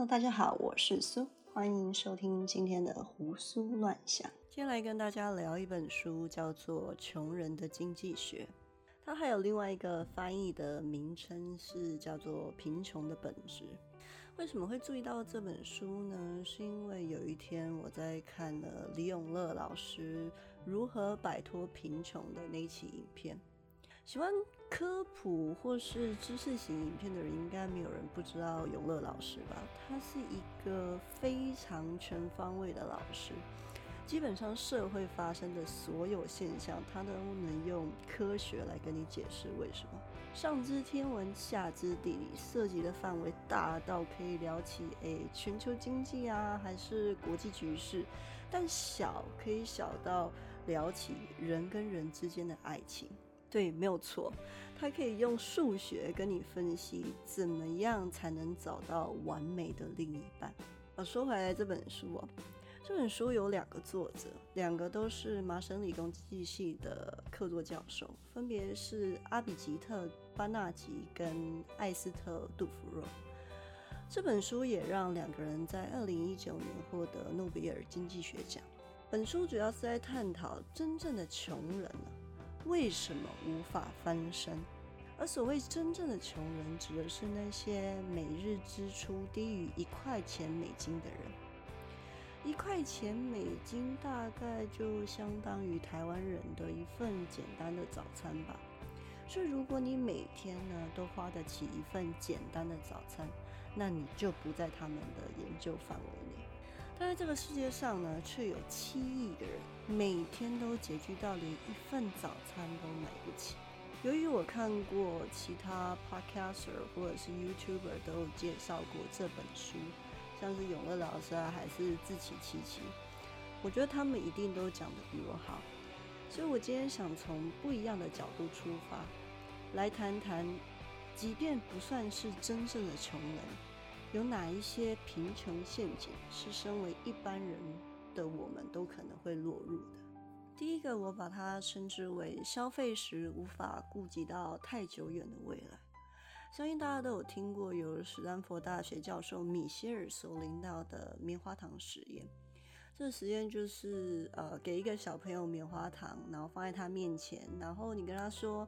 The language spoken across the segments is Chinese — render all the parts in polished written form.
Hello， 大家好，我是苏，欢迎收听今天的胡思乱想。今天来跟大家聊一本书，叫做《穷人的经济学》，它还有另外一个翻译的名称是叫做《贫穷的本质》。为什么会注意到这本书呢？是因为有一天我在看了李永乐老师如何摆脱贫穷的那一期影片。喜欢科普或是知识型影片的人，应该没有人不知道永乐老师吧？他是一个非常全方位的老师，基本上社会发生的所有现象，他都能用科学来跟你解释为什么。上知天文，下知地理，涉及的范围大到可以聊起全球经济啊，还是国际局势，但小可以小到聊起人跟人之间的爱情。对，没有错，他可以用数学跟你分析怎么样才能找到完美的另一半。说回来这本书这本书有2个作者，2个都是麻省理工经济系的客座教授，分别是阿比吉特·巴纳吉跟艾斯特·杜弗若。这本书也让2个人在2019年获得诺贝尔经济学奖。本书主要是在探讨真正的穷人为什么无法翻身，而所谓真正的穷人指的是那些每日支出低于1块钱美金的人。1块钱美金大概就相当于台湾人的一份简单的早餐吧。所以如果你每天都花得起一份简单的早餐，那你就不在他们的研究范围内。但在这个世界上却有7亿个人每天都拮据到连一份早餐都买不起。由于我看过其他 podcaster 或者是 YouTuber 都有介绍过这本书，像是永乐老师还是志祺七七，我觉得他们一定都讲得比我好。所以我今天想从不一样的角度出发，来谈谈即便不算是真正的穷人，有哪一些贫穷陷阱是身为一般人的我们都可能会落入的。第一个，我把它称之为消费时无法顾及到太久远的未来。相信大家都有听过由史丹佛大学教授米歇尔所领导的棉花糖实验。这个实验就是给一个小朋友棉花糖，然后放在他面前，然后你跟他说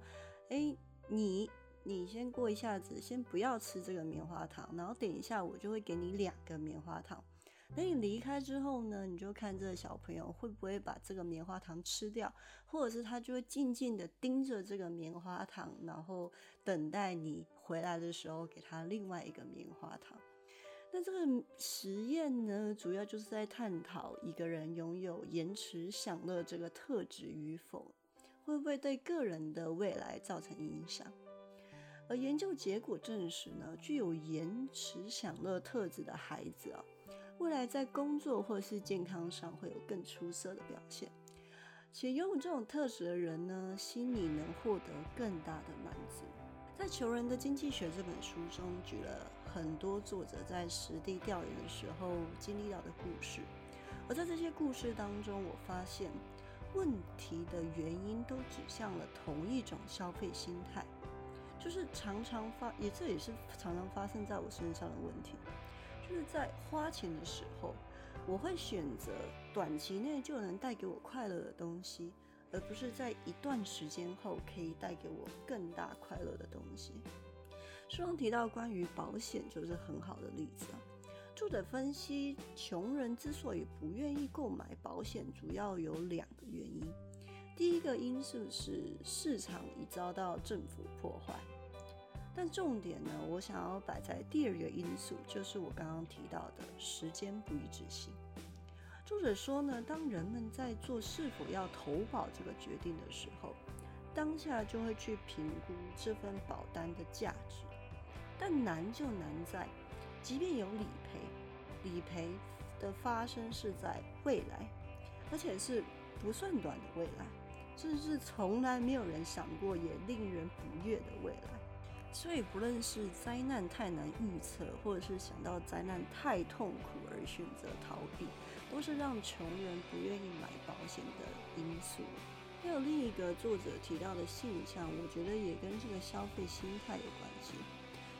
你先过一下子，先不要吃这个棉花糖，然后等一下我就会给你2个棉花糖。等你离开之后呢，你就看这个小朋友会不会把这个棉花糖吃掉，或者是他就会静静的盯着这个棉花糖，然后等待你回来的时候给他另外一个棉花糖。那这个实验呢，主要就是在探讨一个人拥有延迟享乐这个特质与否，会不会对个人的未来造成影响。而研究结果证实呢，具有延迟享乐特质的孩子未来在工作或是健康上会有更出色的表现，且拥有这种特质的人呢，心里能获得更大的满足。在《穷人的经济学》这本书中，举了很多作者在实地调研的时候经历到的故事，而在这些故事当中，我发现问题的原因都指向了同一种消费心态，就是这也是常常发生在我身上的问题，就是在花钱的时候，我会选择短期内就能带给我快乐的东西，而不是在一段时间后可以带给我更大快乐的东西。书中提到关于保险就是很好的例子作者分析穷人之所以不愿意购买保险，主要有2个原因。第一个因素是市场已遭到政府破坏，但重点呢，我想要摆在第2个因素，就是我刚刚提到的时间不一致性。作者说呢，当人们在做是否要投保这个决定的时候，当下就会去评估这份保单的价值。但难就难在，即便有理赔的发生是在未来，而且是不算短的未来，甚至是从来没有人想过也令人不悦的未来。所以不论是灾难太难预测，或者是想到灾难太痛苦而选择逃避，都是让穷人不愿意买保险的因素。还有另一个作者提到的现象，我觉得也跟这个消费心态有关系，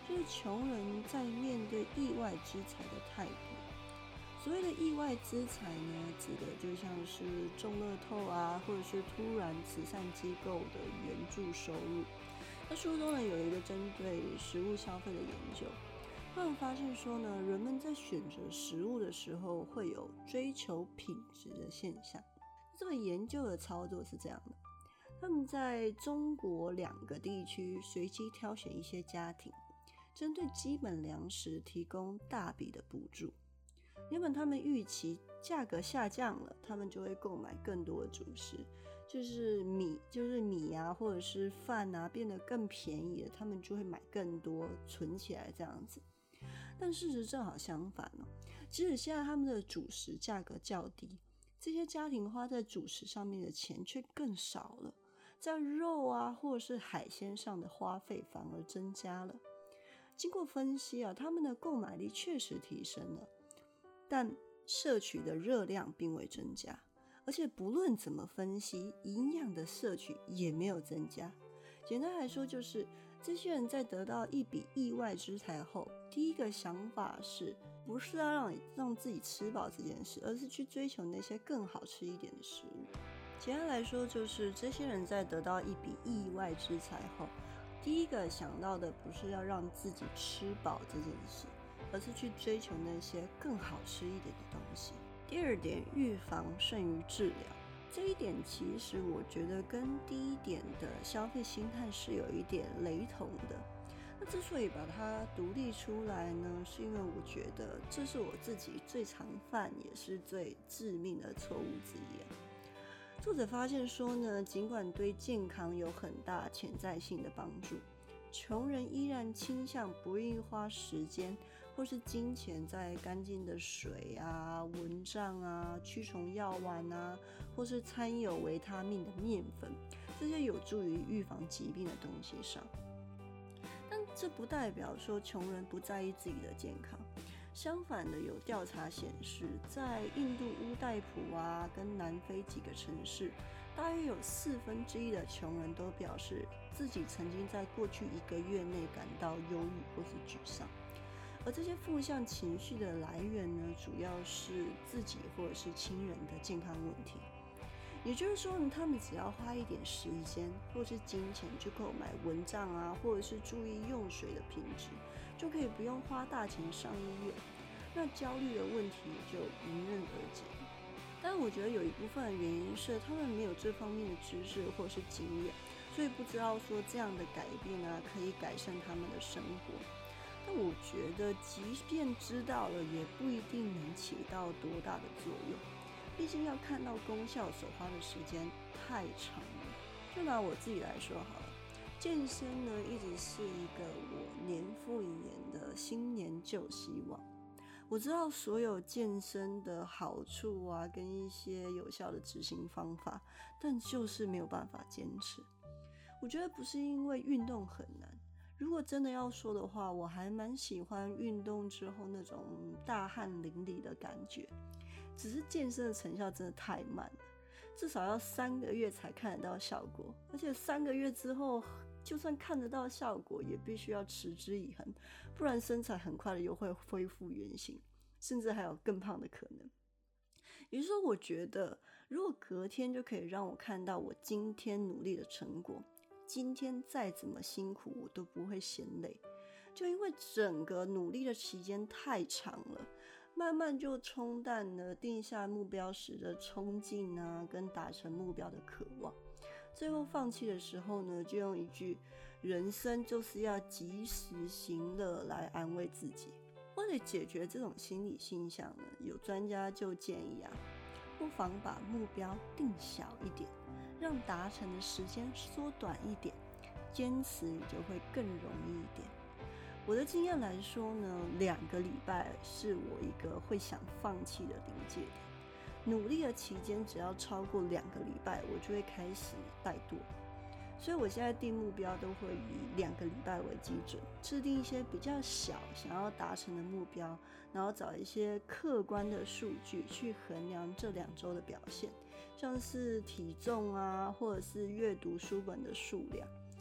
就是穷人在面对意外之财的态度。所谓的意外之财呢，指的就像是中乐透啊，或者是突然慈善机构的援助收入。那书中呢有一个针对食物消费的研究，他们发现说呢，人们在选择食物的时候会有追求品质的现象。这个研究的操作是这样的，他们在中国2个地区随机挑选一些家庭，针对基本粮食提供大笔的补助。原本他们预期价格下降了，他们就会购买更多的主食，就是米啊，或者是饭啊，变得更便宜了，他们就会买更多存起来这样子。但事实正好相反哦，即使现在他们的主食价格较低，这些家庭花在主食上面的钱却更少了，在肉啊或者是海鲜上的花费反而增加了。经过分析啊，他们的购买力确实提升了，但摄取的热量并未增加，而且不论怎么分析，营养的摄取也没有增加。简单来说，就是这些人在得到一笔意外之财后，第一个想法是不是要让自己吃饱这件事，而是去追求那些更好吃一点的食物。简单来说，就是这些人在得到一笔意外之财后，第一个想到的不是要让自己吃饱这件事，而是去追求那些更好吃一点的东西。第二点，预防胜于治疗。这一点其实我觉得跟第一点的消费心态是有一点雷同的。那之所以把它独立出来呢，是因为我觉得这是我自己最常犯也是最致命的错误之一。作者发现说呢，尽管对健康有很大潜在性的帮助，穷人依然倾向不愿意花时间或是金钱在干净的水啊、蚊帐啊、驱虫药丸啊，或是掺有维他命的面粉，这些有助于预防疾病的东西上。但这不代表说穷人不在意自己的健康。相反的，有调查显示，在印度乌代普啊跟南非几个城市，大约有1/4的穷人都表示自己曾经在过去1个月内感到忧郁或是沮丧。而这些负向情绪的来源呢，主要是自己或者是亲人的健康问题。也就是说呢，他们只要花一点时间或是金钱去购买蚊帐啊，或者是注意用水的品质，就可以不用花大钱上医院，那焦虑的问题就迎刃而解。但我觉得有一部分的原因是他们没有这方面的知识或是经验，所以不知道说这样的改变啊可以改善他们的生活。但我觉得即便知道了，也不一定能起到多大的作用，毕竟要看到功效所花的时间太长了。就拿我自己来说好了，健身呢一直是一个我年复一年的新年旧希望。我知道所有健身的好处啊，跟一些有效的执行方法，但就是没有办法坚持。我觉得不是因为运动很难，如果真的要说的话，我还蛮喜欢运动之后那种大汗淋漓的感觉。只是健身的成效真的太慢了，至少要3个月才看得到效果，而且3个月之后，就算看得到效果，也必须要持之以恒，不然身材很快的又会恢复原形，甚至还有更胖的可能。也就是说，我觉得如果隔天就可以让我看到我今天努力的成果，今天再怎么辛苦我都不会嫌累，就因为整个努力的期间太长了，慢慢就冲淡了定下目标时的冲劲啊，跟达成目标的渴望。最后放弃的时候呢，就用一句人生就是要及时行乐来安慰自己。为了解决这种心理现象呢，有专家就建议啊，不妨把目标定小一点，让达成的时间缩短一点，坚持你就会更容易一点。我的经验来说呢，2个礼拜是我一个会想放弃的临界点。努力的期间只要超过2个礼拜，我就会开始怠惰。所以我现在定目标都会以2个礼拜为基准，制定一些比较小想要达成的目标，然后找一些客观的数据去衡量这2周的表现，像是体重啊，或者是阅读书本的数量。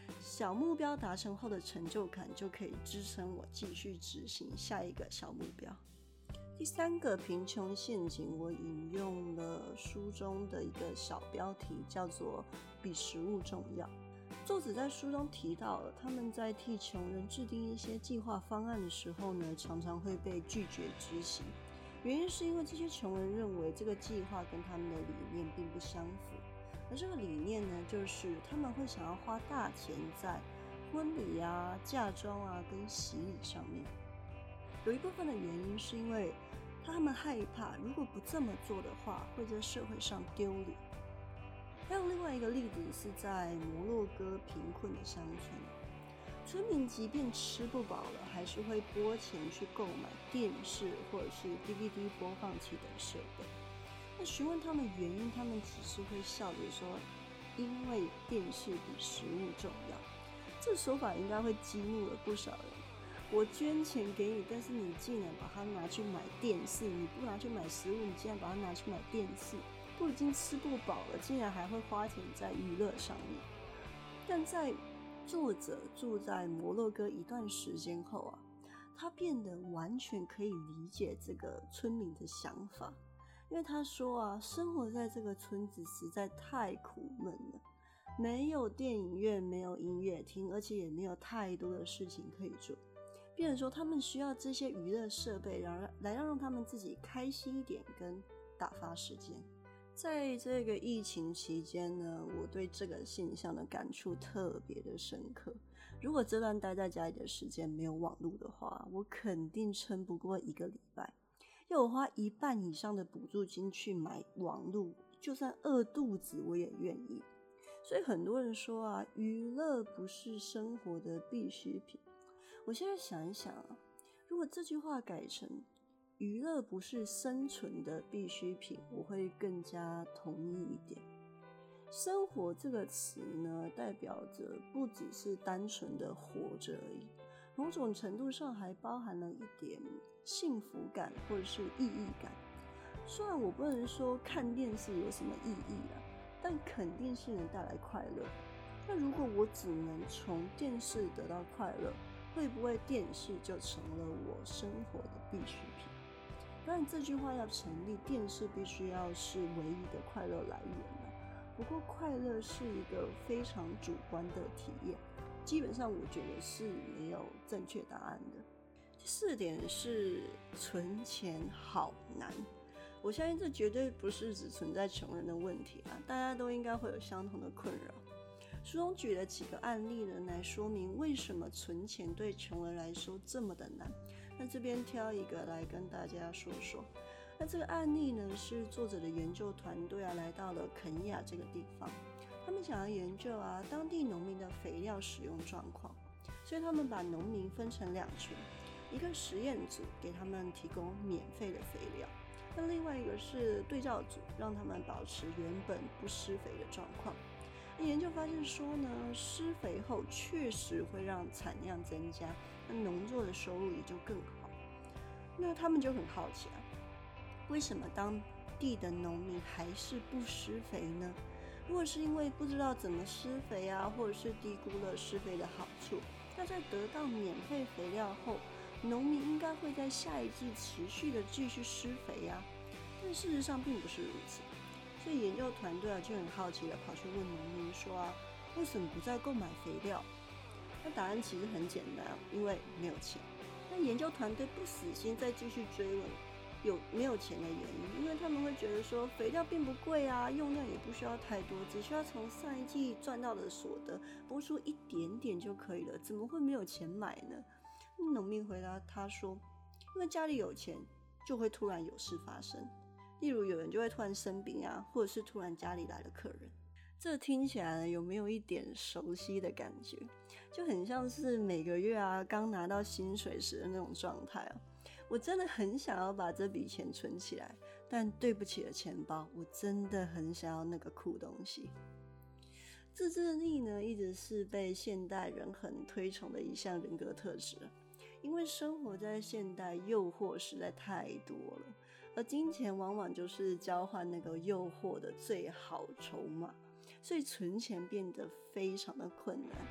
小目标达成后的成就感就可以支撑我继续执行下一个小目标。第三个贫穷陷阱，我引用了书中的一个小标题，叫做比食物重要。作者在书中提到了，他们在替穷人制定一些计划方案的时候呢，常常会被拒绝执行。原因是因为这些穷人认为这个计划跟他们的理念并不相符，而这个理念呢，就是他们会想要花大钱在婚礼啊、嫁妆啊跟洗礼上面。有一部分的原因是因为他们害怕，如果不这么做的话，会在社会上丢脸。还有另外一个例子是在摩洛哥贫困的乡村，村民即便吃不饱了，还是会拨钱去购买电视或者是 DVD 播放器等设备。那询问他们原因，他们只是会笑着说，因为电视比食物重要。这说法应该会激怒了不少人。我捐钱给你，但是你竟然把它拿去买电视，你不拿去买食物，你竟然把它拿去买电视，都已经吃不饱了，竟然还会花钱在娱乐上面。但在作者住在摩洛哥一段时间后啊，他变得完全可以理解这个村民的想法，因为他说啊，生活在这个村子实在太苦闷了，没有电影院，没有音乐厅，而且也没有太多的事情可以做。变成说他们需要这些娱乐设备来让他们自己开心一点跟打发时间。在这个疫情期间呢，我对这个现象的感触特别的深刻。如果这段待在家里的时间没有网络的话，我肯定撑不过1个礼拜。要我花1半以上的补助金去买网络，就算饿肚子我也愿意。所以很多人说啊，娱乐不是生活的必需品。我现在想一想啊，如果这句话改成娱乐不是生存的必需品，我会更加同意一点。生活这个词呢，代表着不只是单纯的活着而已，某种程度上还包含了一点幸福感或者是意义感。虽然我不能说看电视有什么意义啊，但肯定是能带来快乐。那如果我只能从电视得到快乐，会不会电视就成了我生活的必需品？当然这句话要成立，电视必须要是唯一的快乐来源了。不过快乐是一个非常主观的体验，基本上我觉得是没有正确答案的。第4点是存钱好难。我相信这绝对不是只存在穷人的问题啊，大家都应该会有相同的困扰。书中举了几个案例呢，来说明为什么存钱对穷人来说这么的难。那这边挑一个来跟大家说说。那这个案例呢，是作者的研究团队啊，来到了肯亚这个地方，他们想要研究啊当地农民的肥料使用状况，所以他们把农民分成2群，一个实验组给他们提供免费的肥料，那另外一个是对照组，让他们保持原本不施肥的状况。研究发现说呢，施肥后确实会让产量增加，那农作的收入也就更好。那他们就很好奇啊，为什么当地的农民还是不施肥呢？如果是因为不知道怎么施肥啊，或者是低估了施肥的好处，那在得到免费肥料后，农民应该会在下一季持续的继续施肥啊。但事实上并不是如此。所以研究团队就很好奇的跑去问农民说啊，为什么不再购买肥料？那答案其实很简单，因为没有钱。那研究团队不死心再继续追问有没有钱的原因，因为他们会觉得说肥料并不贵啊，用量也不需要太多，只需要从上一季赚到的所得拨出一点点就可以了，怎么会没有钱买呢？农民回答他说，因为家里有钱就会突然有事发生。例如有人就会突然生病啊，或者是突然家里来了客人。这听起来有没有一点熟悉的感觉？就很像是每个月啊刚拿到薪水时的那种状态啊。我真的很想要把这笔钱存起来，但对不起了钱包，我真的很想要那个酷东西。自制力呢，一直是被现代人很推崇的一项人格特质，因为生活在现代，诱惑实在太多了，而金钱往往就是交换那个诱惑的最好筹码，所以存钱变得非常的困难。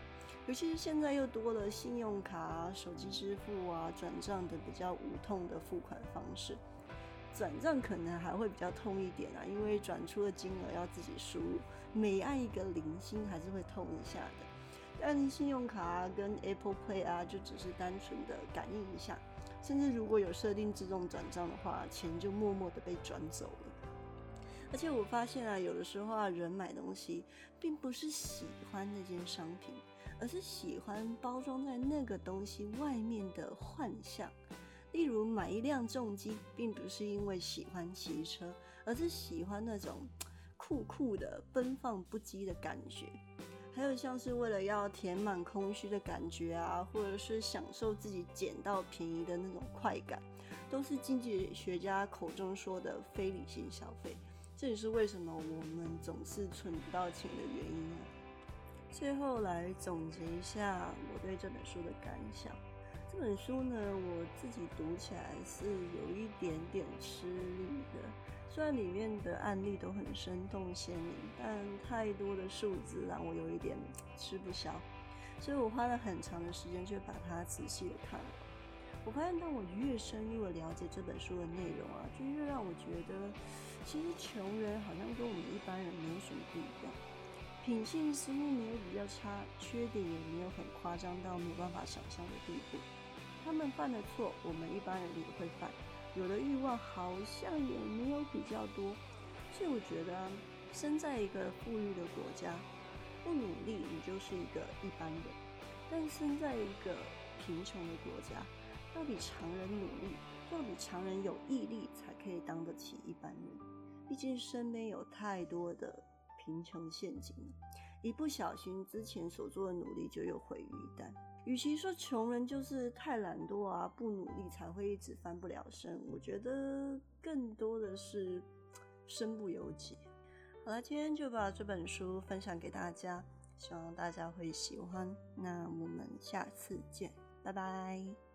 尤其是现在又多了信用卡、手机支付啊、转账的比较无痛的付款方式。转账可能还会比较痛一点啊，因为转出的金额要自己输入，每按一个零星还是会痛一下的。但信用卡啊跟 Apple Pay 啊就只是单纯的感应一下，甚至如果有设定自动转账的话，钱就默默的被转走了。而且我发现啊，有的时候啊，人买东西并不是喜欢那件商品，而是喜欢包装在那个东西外面的幻象。例如买一辆重机，并不是因为喜欢骑车，而是喜欢那种酷酷的奔放不羁的感觉。还有像是为了要填满空虚的感觉啊，或者是享受自己捡到便宜的那种快感，都是经济学家口中说的非理性消费。这也是为什么我们总是存不到钱的原因啊。最后来总结一下我对这本书的感想。这本书呢，我自己读起来是有一点点吃力的，虽然里面的案例都很生动鲜明，但太多的数字让我有一点吃不消，所以我花了很长的时间去把它仔细的看完。我发现当我越深入的了解这本书的内容啊，就越让我觉得其实穷人好像跟我们一般人没有什么不一样，品性似乎没有比较差，缺点也没有很夸张到没有办法想象的地步。他们犯的错，我们一般人也会犯，有的欲望好像也没有比较多。所以我觉得啊，生在一个富裕的国家，不努力你就是一个一般人；但生在一个贫穷的国家，要比常人努力，要比常人有毅力，才可以当得起一般人。毕竟身边有太多的贫穷陷阱了，一不小心之前所做的努力就又毁于一旦。与其说穷人就是太懒惰啊，不努力才会一直翻不了身，我觉得更多的是身不由己。好了，今天就把这本书分享给大家，希望大家会喜欢。那我们下次见，拜拜。